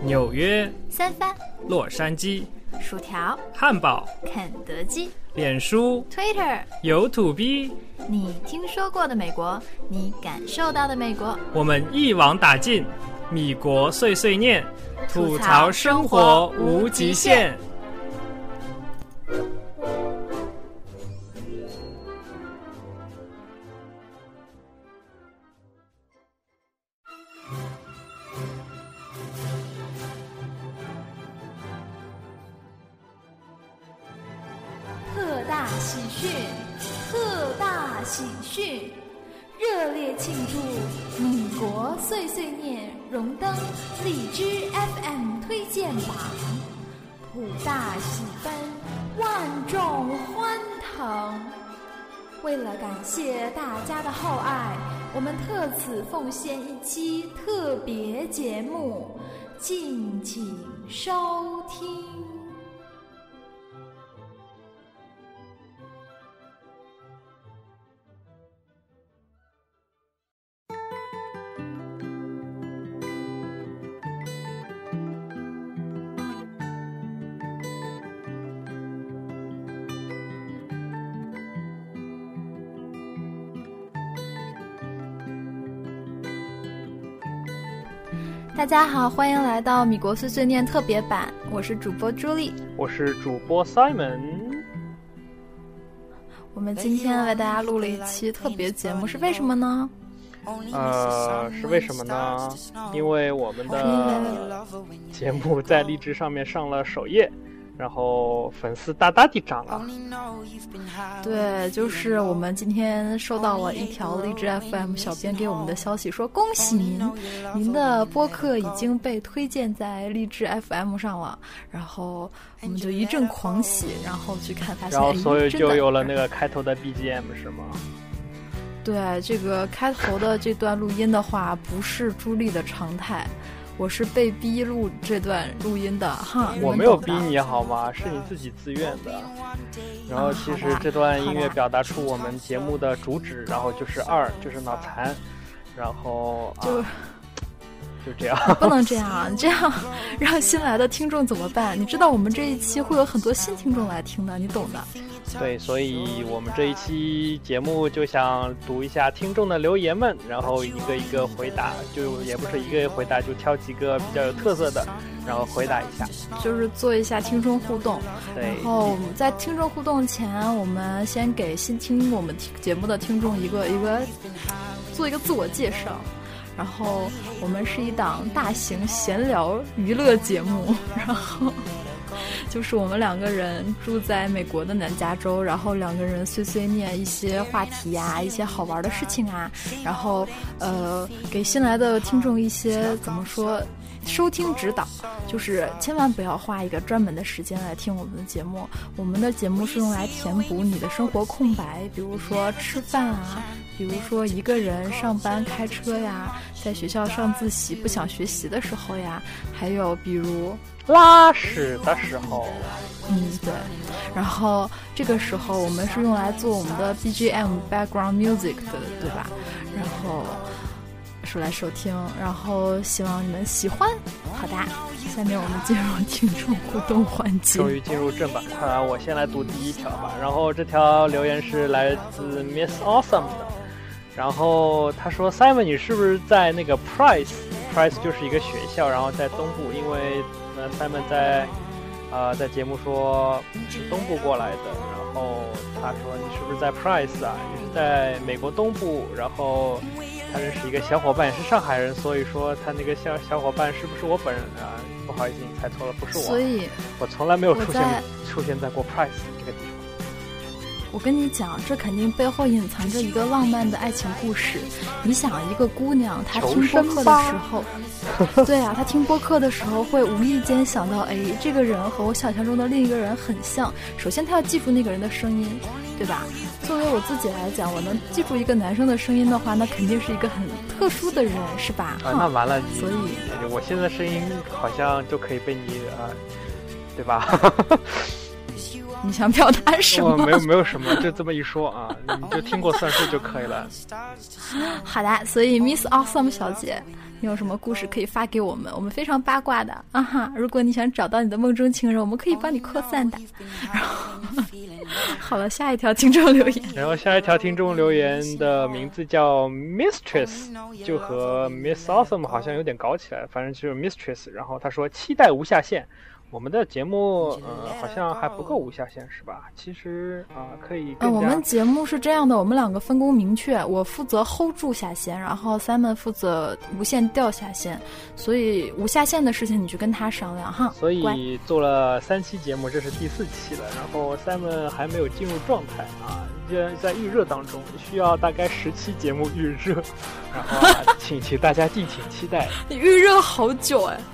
纽约、 三藩、 洛杉矶、 薯条、 汉堡、 肯德基、 脸书、 Twitter、 有土逼， 你听说过的美国，你感受到的美国， 我们一网打尽，米国碎碎念，吐槽生活无极限。 特大喜讯！热烈庆祝米国碎碎念荣登荔枝 FM 推荐榜，普大喜奔，万众欢腾。为了感谢大家的厚爱，我们特此奉献一期特别节目，敬请收听。大家好，欢迎来到米国碎碎念特别版，我是主播朱莉， 我是主播 Simon。 我们今天为大家录了一期特别节目，是为什么呢？ 是为什么呢？因为我们的节目在荔枝上面上了首页，然后粉丝大大地涨了。 对，就是我们今天收到了一条荔枝 FM 小编给我们的消息，说恭喜您的播客已经被推荐在荔枝 FM 上了。然后我们就一阵狂喜，然后去看发现， 然后所以就有了那个开头的 BGM 是吗？ 对，这个开头的这段录音的话不是朱莉的常态，我是被逼录这段录音的哈。 我没有逼你好吗？是你自己自愿的。然后其实这段音乐表达出我们节目的主旨，然后就是二，就是脑残，然后就这样。 不能这样，这样让新来的听众怎么办？你知道我们这一期会有很多新听众来听的，你懂的。 对，所以我们这一期节目就想读一下听众的留言们，然后一个一个回答，就也不是一个回答，就挑几个比较有特色的，然后回答一下， 就是做一下听众互动。 对， 然后在听众互动前，我们先给新听我们节目的听众一个做一个自我介绍。然后我们是一档大型闲聊娱乐节目，然后就是我们两个人住在美国的南加州，然后两个人碎碎念一些话题啊，一些好玩的事情啊，然后给新来的听众一些怎么说收听指导，就是千万不要花一个专门的时间来听我们的节目。我们的节目是用来填补你的生活空白，比如说吃饭啊，比如说一个人上班开车呀，在学校上自习不想学习的时候呀，还有比如拉屎的时候。 对。然后这个时候我们是用来做我们的 BGM background music 的，对吧？然后说来收听，然后希望你们喜欢。好的，下面我们进入听众互动环节。 终于进入正板块了，我先来读第一条吧。然后这条留言是来自 Miss Awesome 的，然后他说 Simon 你是不是在那个 Price 就是一个学校，然后在东部，因为Simon 在节目说是东部过来的，然后他说你是不是在 Price 啊？你是在美国东部，然后他认识一个小伙伴也是上海人，所以说他那个小伙伴是不是我本人啊？不好意思，你猜错了，不是我。 所以我从来没有出现在过 Price 这个地方。 我跟你讲，这肯定背后隐藏着一个浪漫的爱情故事。你想，一个姑娘她听播客的时候，对啊，她听播客的时候会无意间想到，哎，这个人和我想象中的另一个人很像。首先她要记住那个人的声音，对吧？作为我自己来讲，我能记住一个男生的声音的话，那肯定是一个很特殊的人，是吧？ 那完了， 所以我现在声音好像就可以被你对吧？ 你想表达什么？ 没有什么，就这么一说啊，你就听过算数就可以了。 好的，所以 Miss Awesome 小姐，你有什么故事可以发给我们？我们非常八卦的啊哈！如果你想找到你的梦中情人，我们可以帮你扩散的。然后，好了，下一条听众留言。 然后下一条听众留言的名字叫 Mistress， 就和 Miss Awesome 好像有点搞起来，反正就是 Mistress。然后他说期待无下限。我们的节目好像还不够无下限是吧？其实可以更加我们节目是这样的，我们两个分工明确，我负责 hold 住下限，然后 Simon 负责无限调下限，所以无下限的事情你去跟他商量哈。 所以做了3期节目，这是第4期了，然后 Simon 还没有进入状态啊，在预热当中，需要大概10期节目预热，然后请大家敬请期待。 你预热好久哎。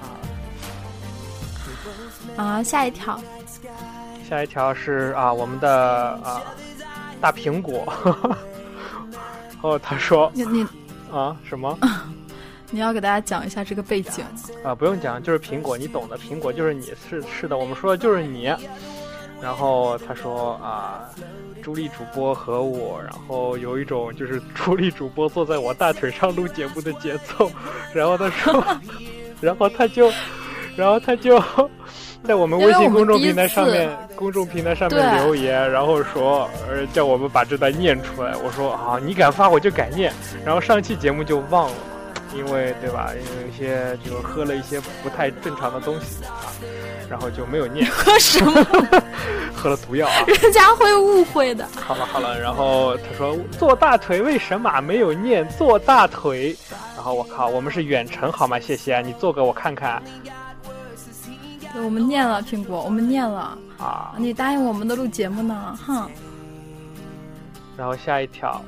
下一条是我们的大苹果。哦，他说你什么？ 你要给大家讲一下这个背景不用讲，就是苹果，你懂的，苹果就是你，是的，我们说的就是你。然后他说朱莉主播和我，然后有一种就是朱莉主播坐在我大腿上录节目的节奏。然后他说，然后他就在我们微信公众平台上面留言，然后说叫我们把这段念出来。我说你敢发我就敢念。然后上期节目就忘了，因为对吧？因为有一些就喝了一些不太正常的东西然后就没有念。 喝什么？ 喝了毒药人家会误会的。 好了，然后他说做大腿为什么没有念做大腿？然后我靠，我们是远程好吗？谢谢你做给我看看。 对，我们念了苹果，我们念了你答应我们的录节目呢，哼。 然后下一条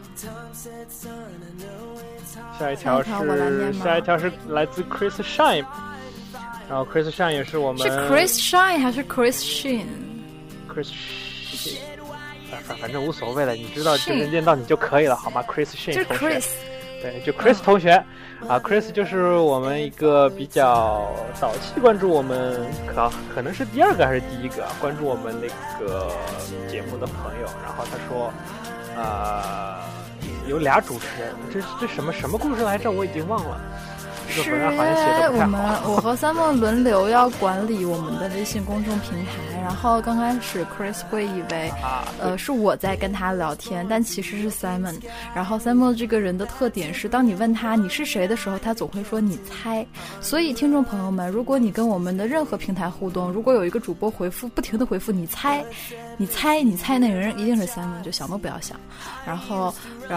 是来自 Chris Shine， 然后 Chris Shine 也是我们是 Chris Shine 还是 Chris Shine？Chris Shine， 反正无所谓了，你知道就念到你就可以了，好吗 ？Chris Shine 同学。对，就 Chris 同学Chris 就是我们一个比较早期关注我们，可能是第2个还是第1个关注我们那个节目的朋友。然后他说有2主持人，这什么故事来着？我已经忘了。 是我和Simon轮流要管理我们的微信公众平台，然后刚开始 Chris 会以为是我在跟他聊天，但其实是 Simon。然后 Simon 这个人的特点是，当你问他你是谁的时候，他总会说你猜。所以听众朋友们，如果你跟我们的任何平台互动，如果有一个主播不停的回复你猜，那个人一定是 Simon， 就想都不要想。然后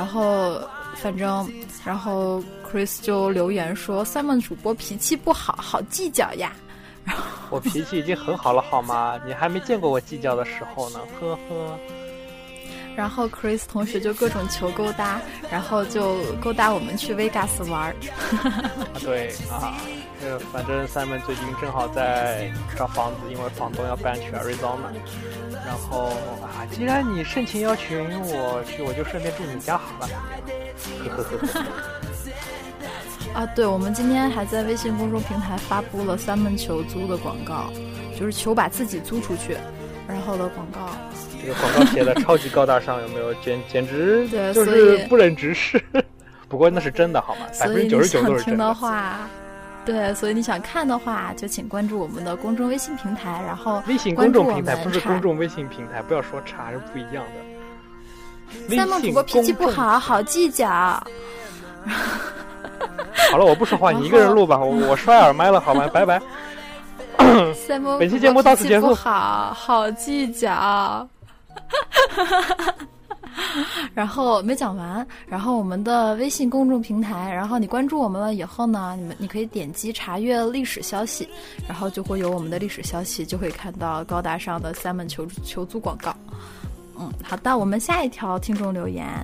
Chris 就留言说 Simon 主播脾气不好，好计较呀。 我脾气已经很好了好吗？你还没见过我计较的时候呢，呵呵。 然后 Chris 同学就各种求勾搭，然后就勾搭我们去 Vegas 玩。 对反正 Simon 最近正好在找房子，因为房东要搬去 Arizona。然后既然你盛情邀请我去，我就顺便住你家好了。呵呵呵。 对，我们今天还在微信公众平台发布了Simon求租的广告，就是求把自己租出去，然后的广告。 这个广告写的超级高大上，有没有？简直就是不忍直视。不过那是真的好吗？99%都是真的。 听的话，对，所以你想看的话，就请关注我们的公众微信平台，然后微信公众平台不是公众微信平台，不要说差，是不一样的。 Simon 主播脾气不好，好计较。 好了，我不说话，你一个人录吧，我摔耳麦了，好吗？拜拜。本期节目到此结束。 好计较。然后没讲完，然后我们的微信公众平台，然后你关注我们了以后呢，你可以点击查阅历史消息，然后就会有我们的历史消息，就会看到高大上的Simon求租广告。好的，我们下一条听众留言。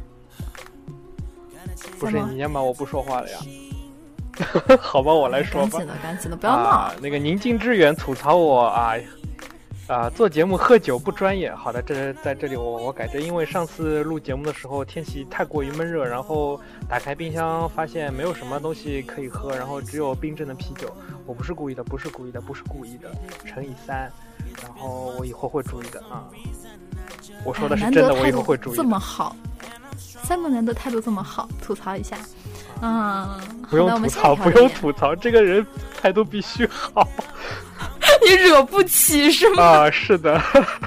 不是你念吗？我不说话了呀。好吧，我来说吧。 赶紧的，不要闹。 那个宁静致远吐槽我做节目喝酒不专业。好的，这在这里我改正，因为上次录节目的时候天气太过于闷热，然后打开冰箱发现没有什么东西可以喝，然后只有冰镇的啤酒。我不是故意的，乘以3。 然后我以后会注意的啊。我说的是真的，我以后会注意的。 这么好，Simon难得态度这么好，吐槽一下。 不用吐槽，不用吐槽，这个人态度必须好。 你惹不起是吗？ 啊，是的。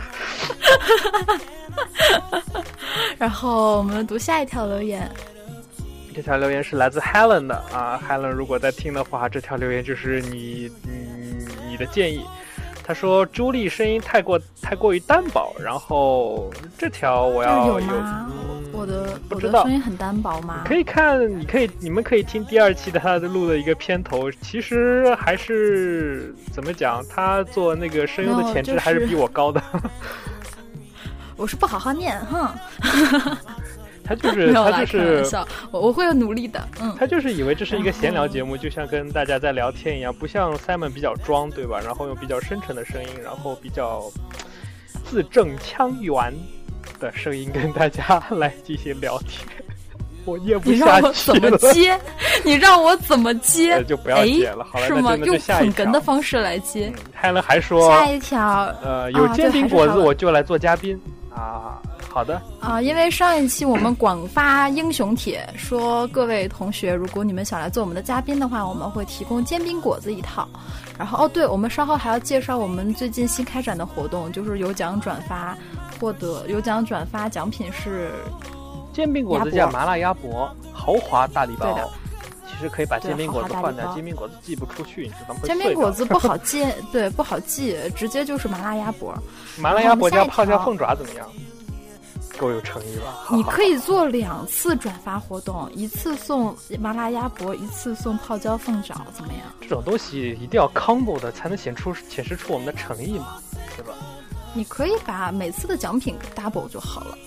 然后我们读下一条留言。 这条留言是来自 Helen 的啊 ，Helen 如果在听的话，这条留言就是你的建议。他说朱莉声音太过于单薄，然后这条我要有吗？我的声音很单薄吗？ 你们可以听第2期的他录的一个片头，其实还是怎么讲，他做那个声优的潜质还是比我高的。 我是不好好念，哼。 他就是我会努力的。 他就是以为这是一个闲聊节目，就像跟大家在聊天一样，不像 Simon 比较装，对吧？然后用比较深沉的声音，然后比较字正腔圆的声音跟大家来进行聊天。我念不下去了。 你让我怎么接？ 就不要接了。好了， 是吗？用很哏的方式来接。 Helen 还说下一条， 有煎饼果子我就来做嘉宾啊。好的因为上一期我们广发英雄帖，说各位同学，如果你们想来做我们的嘉宾的话，我们会提供煎饼果子一套。然后对，我们稍后还要介绍我们最近新开展的活动，就是有奖转发奖品是煎饼果子加麻辣鸭脖豪华大礼包。其实可以把煎饼果子换掉，煎饼果子寄不出去，你知道吗？ 煎饼果子不好寄，对，不好寄，直接就是麻辣鸭脖。 麻辣鸭脖加泡椒凤爪怎么样？够有诚意吧？ 你可以做2次转发活动，一次送麻辣鸭脖，一次送泡椒凤爪，怎么样？ 这种东西一定要 combo 的，才能显示出我们的诚意嘛，对吧？ 你可以把每次的奖品 double 就好了。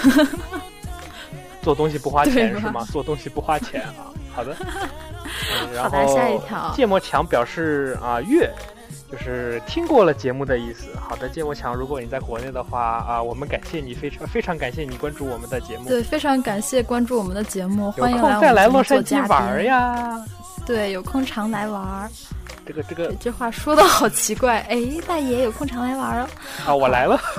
做东西不花钱是吗？做东西不花钱啊。好的。然后下一条， 芥末强表示月。就是听过了节目的意思。好的，芥末强，如果你在国内的话我们感谢你，非常感谢你关注我们的节目。 对，非常感谢关注我们的节目，欢迎再来洛杉矶玩呀。 对，有空常来玩。 这话说的好奇怪。大爷有空常来玩啊。我来了。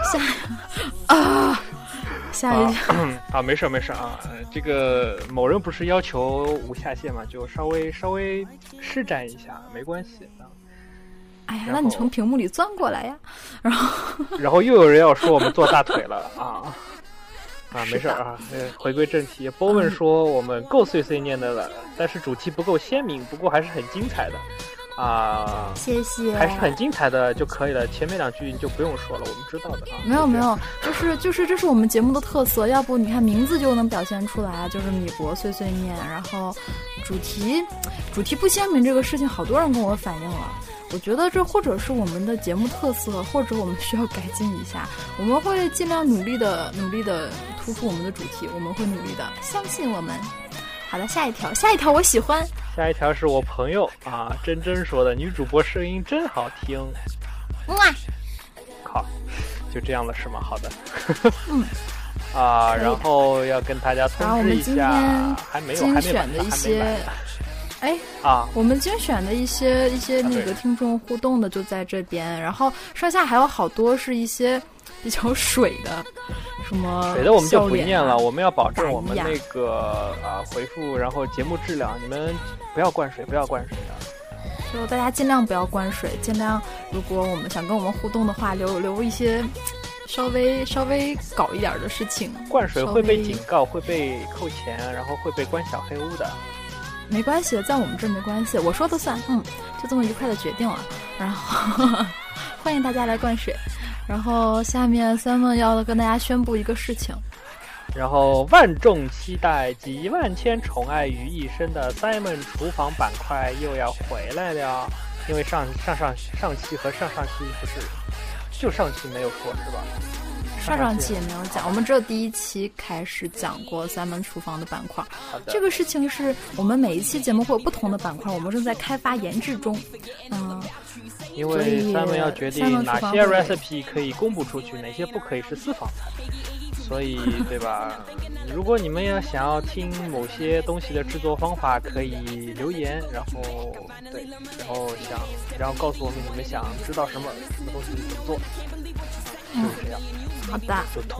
下一条没事啊。这个某人不是要求无下限嘛，就稍微施展一下，没关系啊。 哎呀，那你从屏幕里钻过来呀。 然后又有人要说我们做大腿了没事啊。回归正题，波问说我们够碎碎念的了，但是主题不够鲜明，不过还是很精彩的谢谢， 还是很精彩的就可以了。前面2句你就不用说了，我们知道的没有，就是这是我们节目的特色。要不你看名字就能表现出来，就是米博碎碎念。然后主题不鲜明这个事情，好多人跟我反映了。我觉得这或者是我们的节目特色，或者我们需要改进一下。我们会尽量努力的突出我们的主题，我们会努力的，相信我们。好的，下一条我喜欢。 下一条是我朋友珍珍说的，女主播声音真好听。靠，就这样了是吗？好的。然后要跟大家通知一下，还没精选的一些。我们精选的一些那个听众互动的就在这边，然后上下还有好多是一些比较水的，什么水的我们就不念了，我们要保证我们那个回复，然后节目质量，你们不要灌水就大家尽量不要灌水，尽量如果我们想跟我们互动的话，留一些稍微搞一点的事情。 灌水会被警告，会被扣钱，然后会被关小黑屋的。 没关系，在我们这没关系，我说的算，就这么愉快的决定了。然后欢迎大家来灌水。然后下面Simon要跟大家宣布一个事情。 然后万众期待集万千宠爱于一身的 Simon 厨房板块又要回来了，因为上期和上期不是，就上期没有说是吧？ 上期也没有讲，我们只有第1期开始讲过Simon厨房的板块。这个事情是我们每一期节目会有不同的板块，我们正在开发研制中。 因为Simon要决定哪些 recipe 可以公布出去，哪些不可以是私房菜。 所以对吧？如果你们要想要听某些东西的制作方法，可以留言，然后对，然后告诉我们你们想知道什么东西怎么做，就是这样。 好的，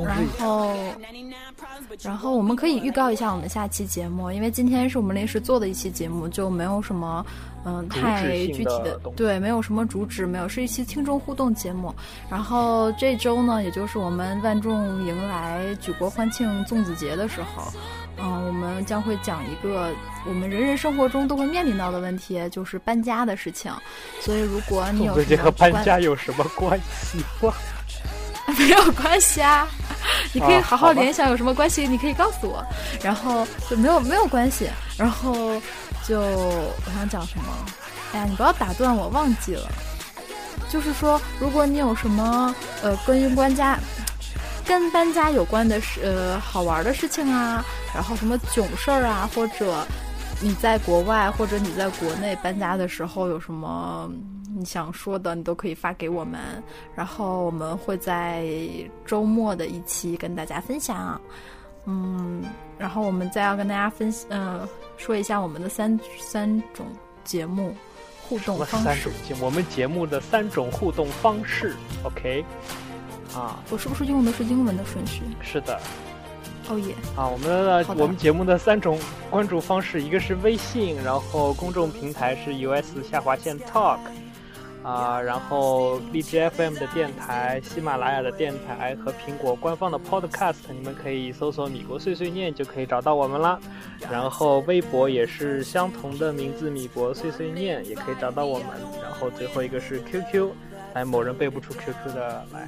然后我们可以预告一下我们下期节目，因为今天是我们临时做的一期节目，就没有什么太具体的，对，没有什么主旨，没有，是一期听众互动节目。然后这周呢，也就是我们万众迎来举国欢庆粽子节的时候，我们将会讲一个我们人生活中都会面临到的问题，就是搬家的事情。所以如果你有粽子节和搬家有什么关系吗？ 没有关系啊，你可以好好联想有什么关系，你可以告诉我。然后就没有关系。然后就我想讲什么？哎呀，你不要打断我，忘记了。就是说，如果你有什么关于跟搬家有关的好玩的事情啊，然后什么囧事儿啊，或者你在国外或者你在国内搬家的时候有什么你想说的，你都可以发给我们，然后我们会在周末的一期跟大家分享。然后我们再要跟大家说一下我们的三种节目互动方式。 我们节目的3种互动方式 ，OK？ 我是不是用的是英文的顺序？ 是的。 耶！ 我们节目的3种关注方式，一个是微信，然后公众平台是 US_talk。然后荔枝 FM 的电台、喜马拉雅的电台和苹果官方的 Podcast， 你们可以搜索米国碎碎念就可以找到我们啦。然后微博也是相同的名字，米国碎碎念也可以找到我们。然后最后一个是 QQ， 来，某人背不出 QQ 的来。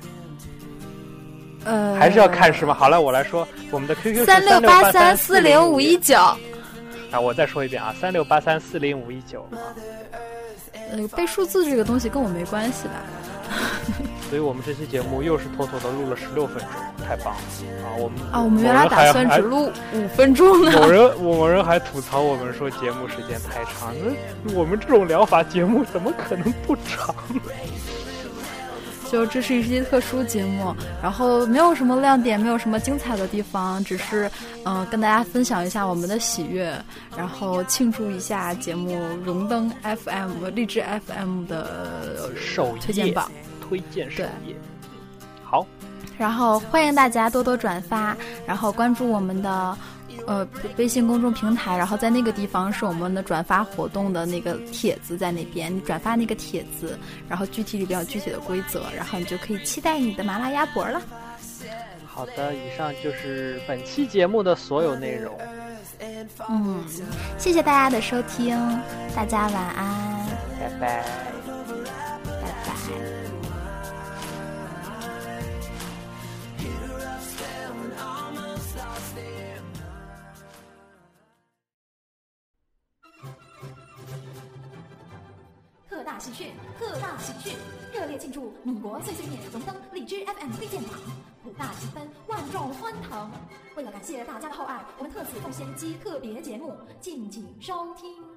还是要看是吗？好了，我来说，我们的 QQ 是 3683405519。 我再说一遍3683405519。 背数字这个东西跟我没关系的。 所以我们这期节目又是妥妥的录了16分钟，太棒了我们原来打算只录5分钟呢。 某人还吐槽我们说节目时间太长，那我们这种疗法节目怎么可能不长呢？ 就这是一期特殊节目，然后没有什么亮点，没有什么精彩的地方，只是跟大家分享一下我们的喜悦，然后庆祝一下节目荣登 荔枝 FM 的推荐榜， 推荐首页。好， 然后欢迎大家多多转发，然后关注我们的微信公众平台，然后在那个地方是我们的转发活动的那个帖子，在那边你转发那个帖子，然后里边有具体的规则，然后你就可以期待你的麻辣鸭脖了。 好的，以上就是本期节目的所有内容。 谢谢大家的收听，大家晚安， 拜拜。 特大喜讯！热烈庆祝米国碎碎念荣登荔枝 FM 推荐榜，普大喜奔，万众欢腾。为了感谢大家的厚爱，我们特此奉献一期特别节目，敬请收听。